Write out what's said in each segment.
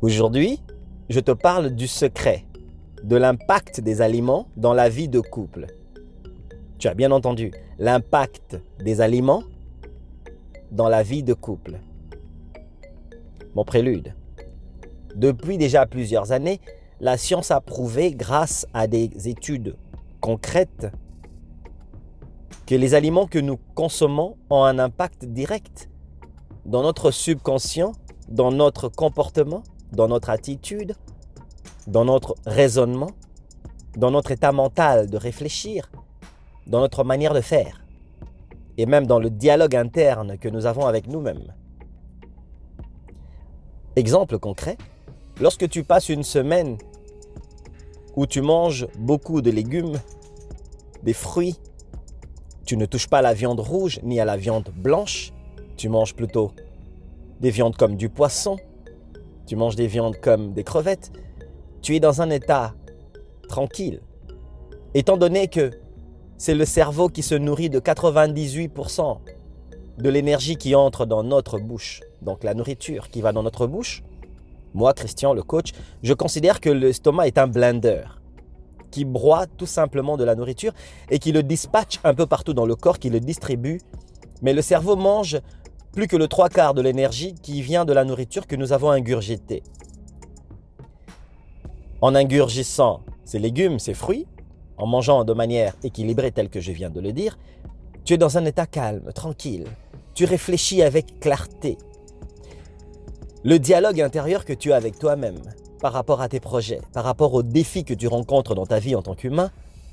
Aujourd'hui, je te parle du secret, de l'impact des aliments dans la vie de couple. Tu as bien entendu, l'impact des aliments dans la vie de couple. Mon prélude. Depuis déjà plusieurs années, la science a prouvé, grâce à des études concrètes, que les aliments que nous consommons ont un impact direct dans notre subconscient, dans notre comportement, dans notre attitude, dans notre raisonnement, dans notre état mental de réfléchir, dans notre manière de faire, et même dans le dialogue interne que nous avons avec nous-mêmes. Exemple concret, lorsque tu passes une semaine où tu manges beaucoup de légumes, des fruits, tu ne touches pas à la viande rouge ni à la viande blanche, tu manges plutôt des viandes comme du poisson, tu manges des viandes comme des crevettes, tu es dans un état tranquille. Étant donné que c'est le cerveau qui se nourrit de 98% de l'énergie qui entre dans notre bouche, donc la nourriture qui va dans notre bouche, moi, Christian, le coach, je considère que l'estomac est un blender qui broie tout simplement de la nourriture et qui le dispatche un peu partout dans le corps, qui le distribue. Mais le cerveau mange plus que le 3/4 de l'énergie qui vient de la nourriture que nous avons ingurgitée. En ingurgissant ces légumes, ces fruits, en mangeant de manière équilibrée telle que je viens de le dire, tu es dans un état calme, tranquille. Tu réfléchis avec clarté. Le dialogue intérieur que tu as avec toi-même par rapport à tes projets, par rapport aux défis que tu rencontres dans ta vie en tant qu'humain,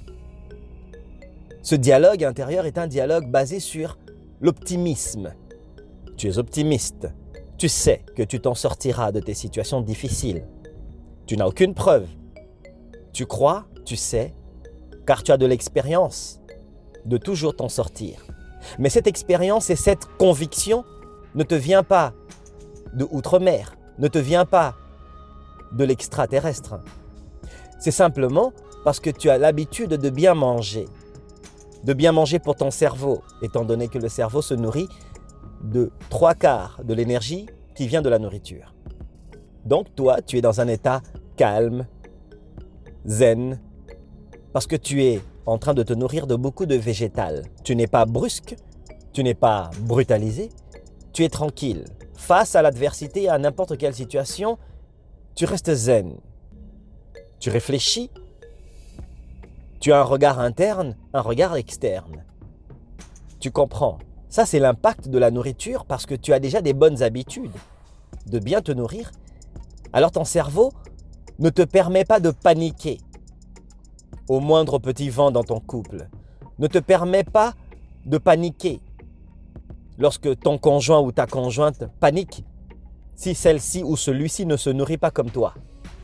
ce dialogue intérieur est un dialogue basé sur l'optimisme. Tu es optimiste. Tu sais que tu t'en sortiras de tes situations difficiles. Tu n'as aucune preuve. Tu crois, tu sais, car tu as de l'expérience de toujours t'en sortir. Mais cette expérience et cette conviction ne te vient pas de outre-mer, ne te vient pas de l'extraterrestre. C'est simplement parce que tu as l'habitude de bien manger pour ton cerveau, étant donné que le cerveau se nourrit de 3/4 de l'énergie qui vient de la nourriture. Donc toi, tu es dans un état calme, zen, parce que tu es en train de te nourrir de beaucoup de végétal. Tu n'es pas brusque, tu n'es pas brutalisé, tu es tranquille. Face à l'adversité, à n'importe quelle situation, tu restes zen. Tu réfléchis, tu as un regard interne, un regard externe. Tu comprends. Ça, c'est l'impact de la nourriture parce que tu as déjà des bonnes habitudes de bien te nourrir. Alors ton cerveau ne te permet pas de paniquer au moindre petit vent dans ton couple. Ne te permet pas de paniquer lorsque ton conjoint ou ta conjointe panique si celle-ci ou celui-ci ne se nourrit pas comme toi.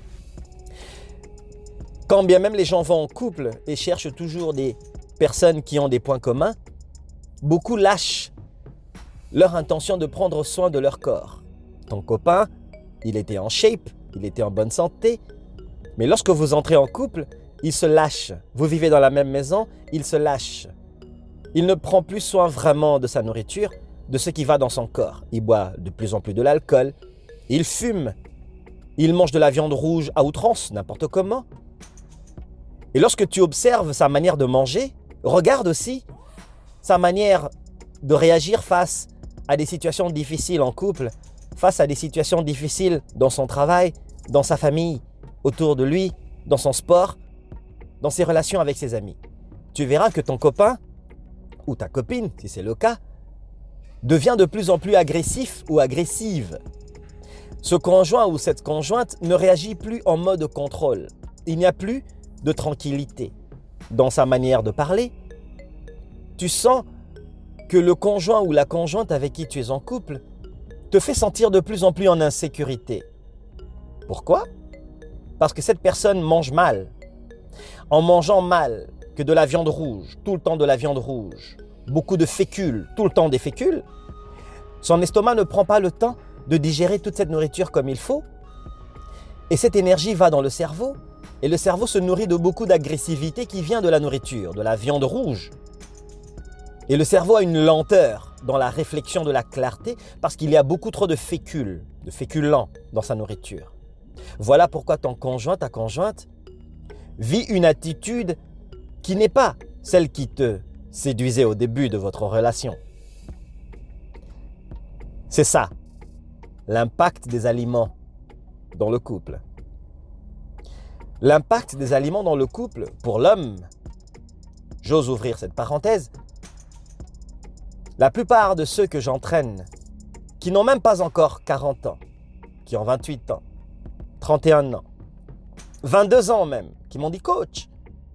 Quand bien même les gens vont en couple et cherchent toujours des personnes qui ont des points communs, beaucoup lâchent leur intention de prendre soin de leur corps. Ton copain, il était en shape, il était en bonne santé, mais lorsque vous entrez en couple, il se lâche. Vous vivez dans la même maison, il se lâche. Il ne prend plus soin vraiment de sa nourriture, de ce qui va dans son corps. Il boit de plus en plus de l'alcool, il fume, il mange de la viande rouge à outrance, n'importe comment. Et lorsque tu observes sa manière de manger, regarde aussi sa manière de réagir face à des situations difficiles en couple, face à des situations difficiles dans son travail, dans sa famille, autour de lui, dans son sport, dans ses relations avec ses amis. Tu verras que ton copain, ou ta copine, si c'est le cas, devient de plus en plus agressif ou agressive. Ce conjoint ou cette conjointe ne réagit plus en mode contrôle. Il n'y a plus de tranquillité dans sa manière de parler. Tu sens que le conjoint ou la conjointe avec qui tu es en couple te fait sentir de plus en plus en insécurité. Pourquoi ? Parce que cette personne mange mal. En mangeant mal, que de la viande rouge, tout le temps de la viande rouge, beaucoup de fécule, tout le temps des fécules, son estomac ne prend pas le temps de digérer toute cette nourriture comme il faut. Et cette énergie va dans le cerveau, et le cerveau se nourrit de beaucoup d'agressivité qui vient de la nourriture, de la viande rouge. Et le cerveau a une lenteur dans la réflexion de la clarté parce qu'il y a beaucoup trop de féculents dans sa nourriture. Voilà pourquoi ton conjoint, ta conjointe, vit une attitude qui n'est pas celle qui te séduisait au début de votre relation. C'est ça, l'impact des aliments dans le couple. L'impact des aliments dans le couple, pour l'homme, j'ose ouvrir cette parenthèse, la plupart de ceux que j'entraîne, qui n'ont même pas encore 40 ans, qui ont 28 ans, 31 ans, 22 ans même, qui m'ont dit « Coach,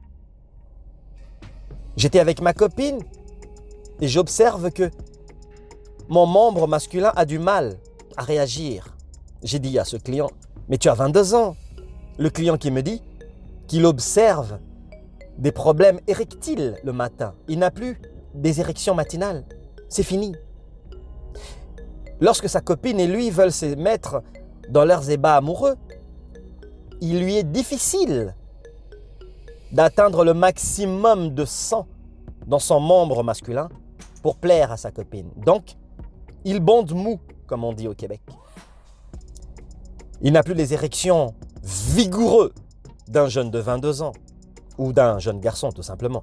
j'étais avec ma copine et j'observe que mon membre masculin a du mal à réagir. » J'ai dit à ce client « Mais tu as 22 ans !» Le client qui me dit qu'il observe des problèmes érectiles le matin. Il n'a plus des érections matinales. C'est fini. Lorsque sa copine et lui veulent se mettre dans leurs ébats amoureux, il lui est difficile d'atteindre le maximum de sang dans son membre masculin pour plaire à sa copine. Donc, il bonde mou, comme on dit au Québec. Il n'a plus les érections vigoureux d'un jeune de 22 ans ou d'un jeune garçon tout simplement.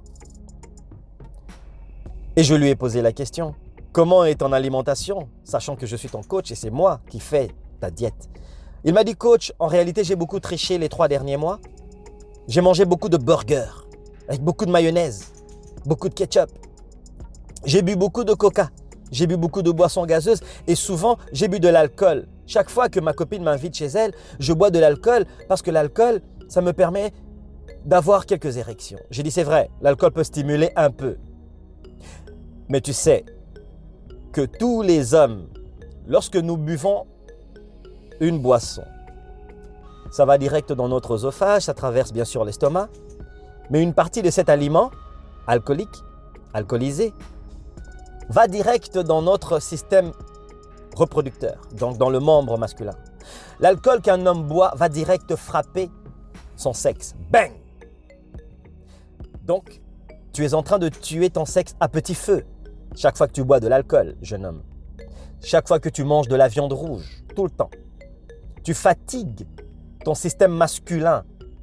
Et je lui ai posé la question, comment est ton alimentation, sachant que je suis ton coach et c'est moi qui fais ta diète? Il m'a dit, coach, en réalité j'ai beaucoup triché les 3 derniers mois. J'ai mangé beaucoup de burgers avec beaucoup de mayonnaise, beaucoup de ketchup. J'ai bu beaucoup de coca, j'ai bu beaucoup de boissons gazeuses et souvent j'ai bu de l'alcool. Chaque fois que ma copine m'invite chez elle, je bois de l'alcool parce que l'alcool, ça me permet d'avoir quelques érections. J'ai dit, c'est vrai, l'alcool peut stimuler un peu. Mais tu sais que tous les hommes, lorsque nous buvons une boisson, ça va direct dans notre œsophage, ça traverse bien sûr l'estomac, mais une partie de cet aliment alcoolique, alcoolisé, va direct dans notre système reproducteur, donc dans le membre masculin. L'alcool qu'un homme boit va direct frapper son sexe. Bang! Donc, tu es en train de tuer ton sexe à petit feu. Chaque fois que tu bois de l'alcool, jeune homme. Chaque fois que tu manges de la viande rouge, tout le temps. Tu fatigues ton système masculin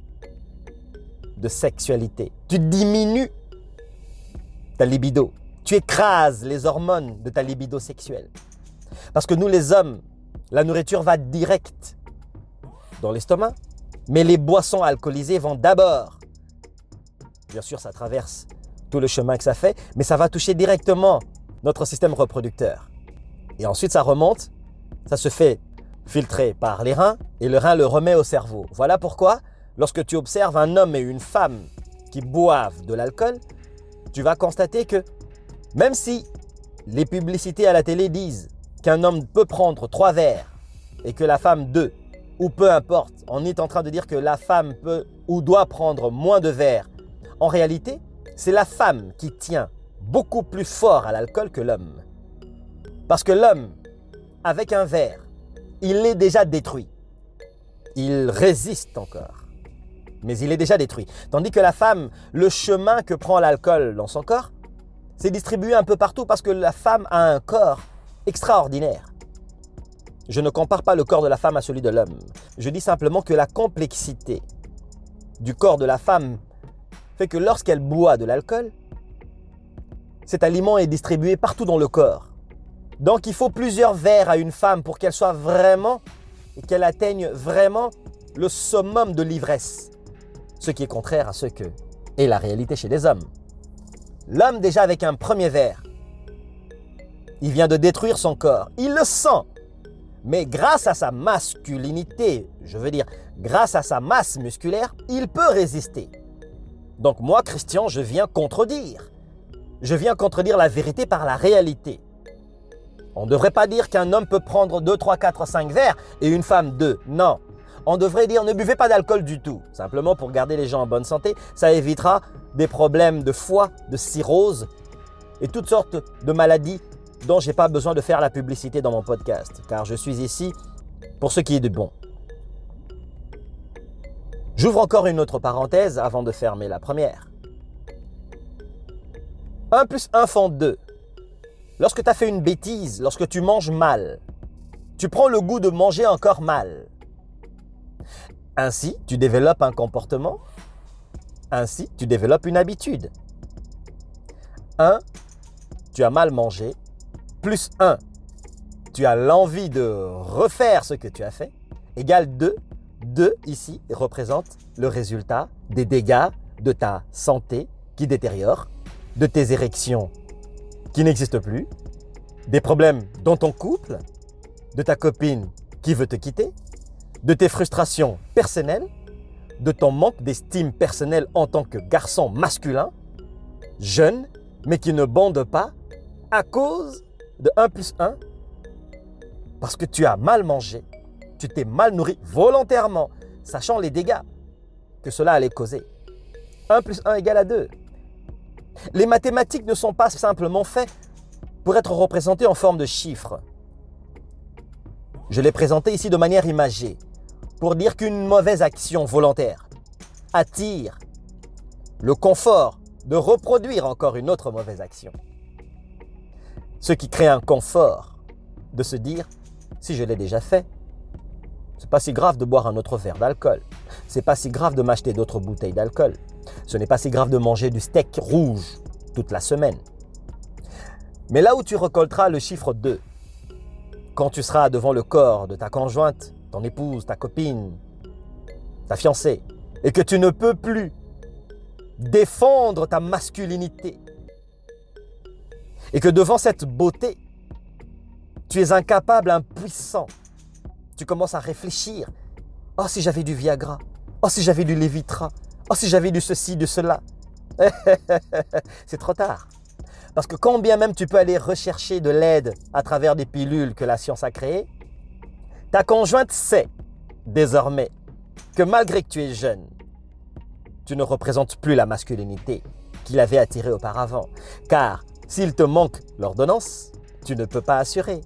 de sexualité. Tu diminues ta libido. Tu écrases les hormones de ta libido sexuelle. Parce que nous, les hommes, la nourriture va direct dans l'estomac, mais les boissons alcoolisées vont d'abord. Bien sûr, ça traverse tout le chemin que ça fait, mais ça va toucher directement notre système reproducteur. Et ensuite, ça remonte, ça se fait filtrer par les reins et le rein le remet au cerveau. Voilà pourquoi, lorsque tu observes un homme et une femme qui boivent de l'alcool, tu vas constater que même si les publicités à la télé disent qu'un homme peut prendre 3 verres et que la femme 2, ou peu importe, on est en train de dire que la femme peut ou doit prendre moins de verres. En réalité, c'est la femme qui tient beaucoup plus fort à l'alcool que l'homme. Parce que l'homme, avec un verre, il est déjà détruit. Il résiste encore, mais il est déjà détruit. Tandis que la femme, le chemin que prend l'alcool dans son corps, c'est distribué un peu partout parce que la femme a un corps extraordinaire. Je ne compare pas le corps de la femme à celui de l'homme. Je dis simplement que la complexité du corps de la femme fait que lorsqu'elle boit de l'alcool, cet aliment est distribué partout dans le corps. Donc il faut plusieurs verres à une femme pour qu'elle soit vraiment et qu'elle atteigne vraiment le summum de l'ivresse. Ce qui est contraire à ce que est la réalité chez les hommes. L'homme déjà avec un premier verre, il vient de détruire son corps. Il le sent. Mais grâce à sa masculinité, je veux dire, grâce à sa masse musculaire, il peut résister. Donc moi, Christian, je viens contredire. Je viens contredire la vérité par la réalité. On ne devrait pas dire qu'un homme peut prendre 2, 3, 4, 5 verres et une femme 2. Non. On devrait dire ne buvez pas d'alcool du tout. Simplement pour garder les gens en bonne santé, ça évitera des problèmes de foie, de cirrhose et toutes sortes de maladies dont je n'ai pas besoin de faire la publicité dans mon podcast, car je suis ici pour ce qui est de bon. J'ouvre encore une autre parenthèse avant de fermer la première. 1 plus 1 font 2. Lorsque tu as fait une bêtise, lorsque tu manges mal, tu prends le goût de manger encore mal. Ainsi, tu développes un comportement. Ainsi, tu développes une habitude. 1, tu as mal mangé. Plus 1, tu as l'envie de refaire ce que tu as fait. Égale 2. 2 ici représente le résultat des dégâts de ta santé qui détériore, de tes érections qui n'existent plus, des problèmes dans ton couple, de ta copine qui veut te quitter, de tes frustrations personnelles, de ton manque d'estime personnelle en tant que garçon masculin, jeune, mais qui ne bonde pas à cause de 1 plus 1, parce que tu as mal mangé, tu t'es mal nourri volontairement, sachant les dégâts que cela allait causer. 1 plus 1 égale à 2. Les mathématiques ne sont pas simplement faites pour être représentées en forme de chiffres. Je l'ai présenté ici de manière imagée pour dire qu'une mauvaise action volontaire attire le confort de reproduire encore une autre mauvaise action. Ce qui crée un confort de se dire « si je l'ai déjà fait, c'est pas si grave de boire un autre verre d'alcool. C'est pas si grave de m'acheter d'autres bouteilles d'alcool. Ce n'est pas si grave de manger du steak rouge toute la semaine. » Mais là où tu récolteras le chiffre 2, quand tu seras devant le corps de ta conjointe, ton épouse, ta copine, ta fiancée, et que tu ne peux plus défendre ta masculinité, et que devant cette beauté, tu es incapable, impuissant, tu commences à réfléchir. « Oh, si j'avais du Viagra. Oh, si j'avais du Levitra. Oh, si j'avais du ceci, du cela. » C'est trop tard. Parce que quand bien même tu peux aller rechercher de l'aide à travers des pilules que la science a créées, ta conjointe sait désormais que malgré que tu es jeune, tu ne représentes plus la masculinité qu'il avait attirée auparavant. Car s'il te manque l'ordonnance, tu ne peux pas assurer.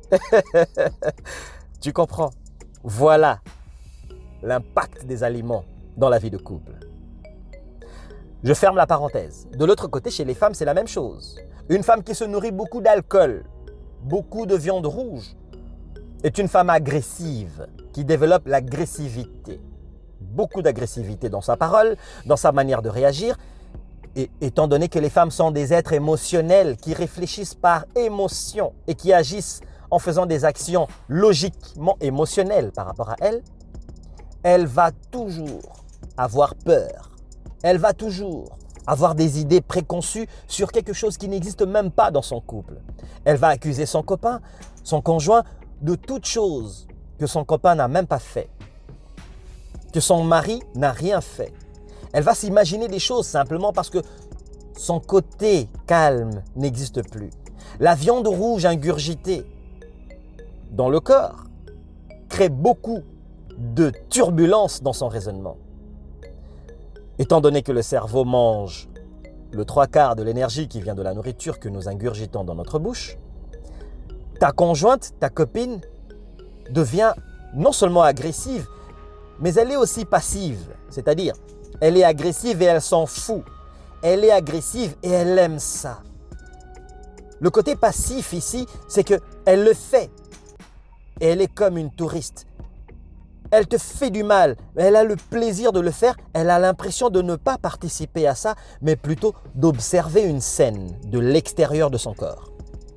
Tu comprends? Voilà l'impact des aliments dans la vie de couple. Je ferme la parenthèse. De l'autre côté, chez les femmes, c'est la même chose. Une femme qui se nourrit beaucoup d'alcool, beaucoup de viande rouge, est une femme agressive, qui développe l'agressivité. Beaucoup d'agressivité dans sa parole, dans sa manière de réagir. Et étant donné que les femmes sont des êtres émotionnels, qui réfléchissent par émotion et qui agissent en faisant des actions logiquement émotionnelles par rapport à elle, elle va toujours avoir peur. Elle va toujours avoir des idées préconçues sur quelque chose qui n'existe même pas dans son couple. Elle va accuser son copain, son conjoint, de toute chose que son copain n'a même pas fait, que son mari n'a rien fait. Elle va s'imaginer des choses simplement parce que son côté calme n'existe plus. La viande rouge ingurgitée dans le corps crée beaucoup de turbulences dans son raisonnement. Étant donné que le cerveau mange le 3/4 de l'énergie qui vient de la nourriture que nous ingurgitons dans notre bouche, ta conjointe, ta copine devient non seulement agressive, mais elle est aussi passive. C'est-à-dire, elle est agressive et elle s'en fout. Elle est agressive et elle aime ça. Le côté passif ici, c'est qu'elle le fait. Et elle est comme une touriste. Elle te fait du mal, elle a le plaisir de le faire, elle a l'impression de ne pas participer à ça, mais plutôt d'observer une scène de l'extérieur de son corps.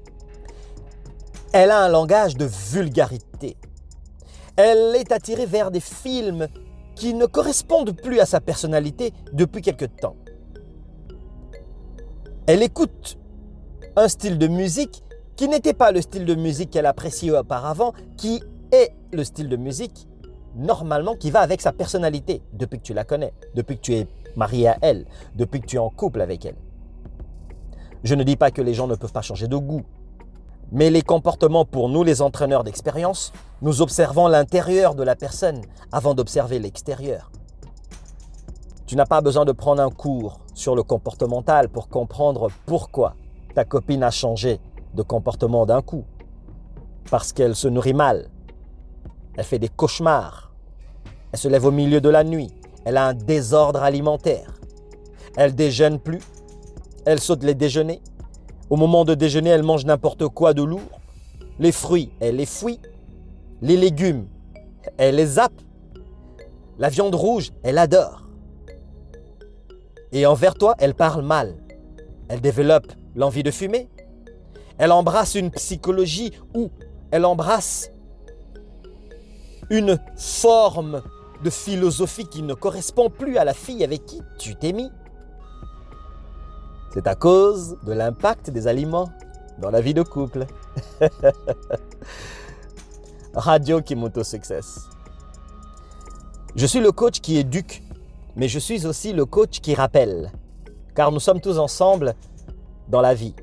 Elle a un langage de vulgarité. Elle est attirée vers des films qui ne correspondent plus à sa personnalité depuis quelque temps. Elle écoute un style de musique qui n'était pas le style de musique qu'elle appréciait auparavant, qui est le style de musique normalement qui va avec sa personnalité depuis que tu la connais, depuis que tu es marié à elle, depuis que tu es en couple avec elle. Je ne dis pas que les gens ne peuvent pas changer de goût, mais les comportements pour nous, les entraîneurs d'expérience, nous observons l'intérieur de la personne avant d'observer l'extérieur. Tu n'as pas besoin de prendre un cours sur le comportemental pour comprendre pourquoi ta copine a changé de comportement d'un coup. Parce qu'elle se nourrit mal, elle fait des cauchemars, elle se lève au milieu de la nuit, elle a un désordre alimentaire, elle déjeune plus, elle saute les déjeuners, au moment de déjeuner, elle mange n'importe quoi de lourd, les fruits, elle les fouille, les légumes, elle les zappe, La viande rouge, elle adore. Et envers toi, elle parle mal. Elle développe l'envie de fumer. Elle embrasse une psychologie où elle embrasse une forme de philosophie qui ne correspond plus à la fille avec qui tu t'es mis. C'est à cause de l'impact des aliments dans la vie de couple. Radio Kimoto Success. Je suis le coach qui éduque, mais je suis aussi le coach qui rappelle. Car nous sommes tous ensemble dans la vie.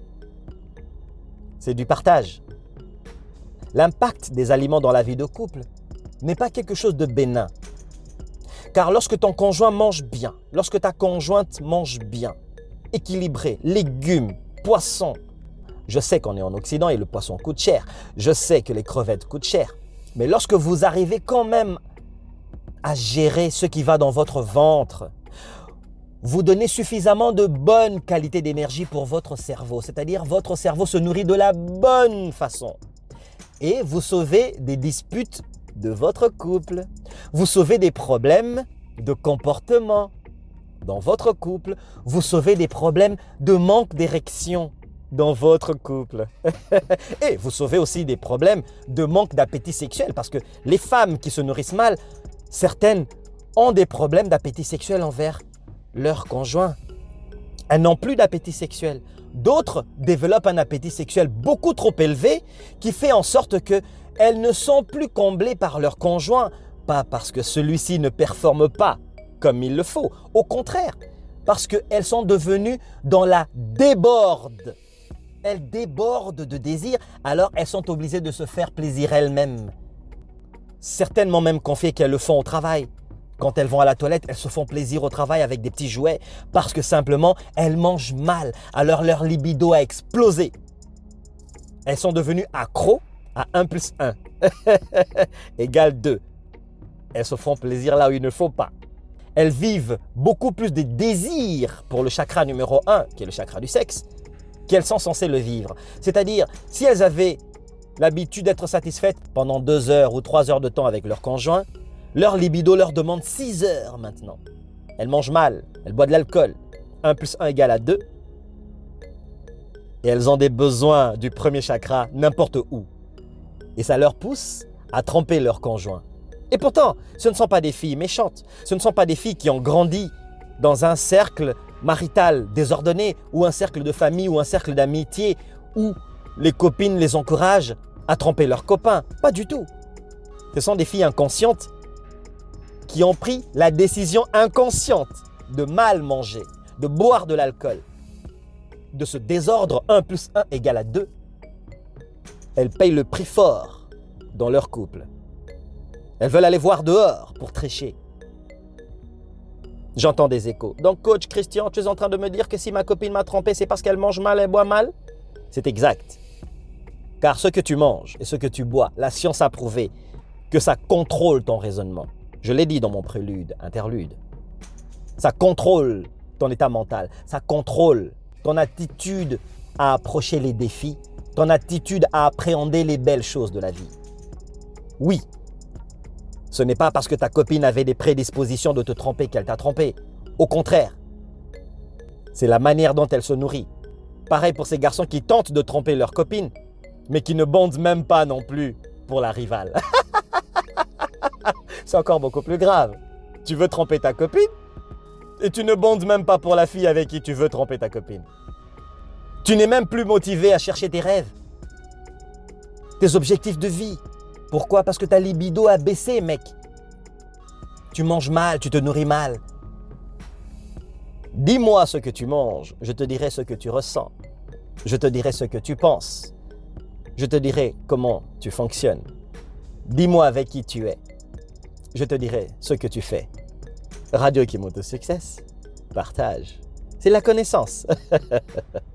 C'est du partage. L'impact des aliments dans la vie de couple n'est pas quelque chose de bénin. Car lorsque ton conjoint mange bien, lorsque ta conjointe mange bien, équilibré, légumes, poissons, je sais qu'on est en Occident et le poisson coûte cher, je sais que les crevettes coûtent cher, mais lorsque vous arrivez quand même à gérer ce qui va dans votre ventre, vous donnez suffisamment de bonne qualité d'énergie pour votre cerveau, c'est-à-dire votre cerveau se nourrit de la bonne façon. Et vous sauvez des disputes de votre couple. Vous sauvez des problèmes de comportement dans votre couple. Vous sauvez des problèmes de manque d'érection dans votre couple. Et vous sauvez aussi des problèmes de manque d'appétit sexuel parce que les femmes qui se nourrissent mal, certaines ont des problèmes d'appétit sexuel envers leur conjoint. Elles n'ont plus d'appétit sexuel. D'autres développent un appétit sexuel beaucoup trop élevé qui fait en sorte qu'elles ne sont plus comblées par leur conjoint, pas parce que celui-ci ne performe pas comme il le faut. Au contraire, parce qu'elles sont devenues dans la déborde. Elles débordent de désir, alors elles sont obligées de se faire plaisir elles-mêmes. Certaines m'ont même confié qu'elles le font au travail. Quand elles vont à la toilette, elles se font plaisir au travail avec des petits jouets parce que simplement, elles mangent mal. Alors leur libido a explosé. Elles sont devenues accros à 1 plus 1 égale 2. Elles se font plaisir là où il ne faut pas. Elles vivent beaucoup plus de désirs pour le chakra numéro 1, qui est le chakra du sexe, qu'elles sont censées le vivre. C'est-à-dire, si elles avaient l'habitude d'être satisfaites pendant 2 heures ou 3 heures de temps avec leur conjoint, leur libido leur demande 6 heures maintenant. Elles mangent mal, elles boivent de l'alcool. 1 plus 1 égale à 2. Et elles ont des besoins du premier chakra n'importe où. Et ça leur pousse à tromper leur conjoint. Et pourtant, ce ne sont pas des filles méchantes. Ce ne sont pas des filles qui ont grandi dans un cercle marital désordonné ou un cercle de famille ou un cercle d'amitié où les copines les encouragent à tromper leurs copains. Pas du tout. Ce sont des filles inconscientes qui ont pris la décision inconsciente de mal manger, de boire de l'alcool, de ce désordre 1 plus 1 égale à 2. Elles payent le prix fort dans leur couple. Elles veulent aller voir dehors pour tricher. J'entends des échos. Donc, coach Christian, tu es en train de me dire que si ma copine m'a trompé, c'est parce qu'elle mange mal, elle boit mal? C'est exact. Car ce que tu manges et ce que tu bois, la science a prouvé que ça contrôle ton raisonnement. Je l'ai dit dans mon prélude, interlude. Ça contrôle ton état mental. Ça contrôle ton attitude à approcher les défis, ton attitude à appréhender les belles choses de la vie. Oui, ce n'est pas parce que ta copine avait des prédispositions de te tromper qu'elle t'a trompé. Au contraire, c'est la manière dont elle se nourrit. Pareil pour ces garçons qui tentent de tromper leur copine, mais qui ne bondent même pas non plus pour la rivale. C'est encore beaucoup plus grave. Tu veux tromper ta copine et tu ne bondes même pas pour la fille avec qui tu veux tromper ta copine. Tu n'es même plus motivé à chercher tes rêves, tes objectifs de vie. Pourquoi? Parce que ta libido a baissé, mec. Tu manges mal, tu te nourris mal. Dis-moi ce que tu manges, je te dirai ce que tu ressens. Je te dirai ce que tu penses. Je te dirai comment tu fonctionnes. Dis-moi avec qui tu es. Je te dirai ce que tu fais. Radio Kimoto Success, partage. C'est la connaissance.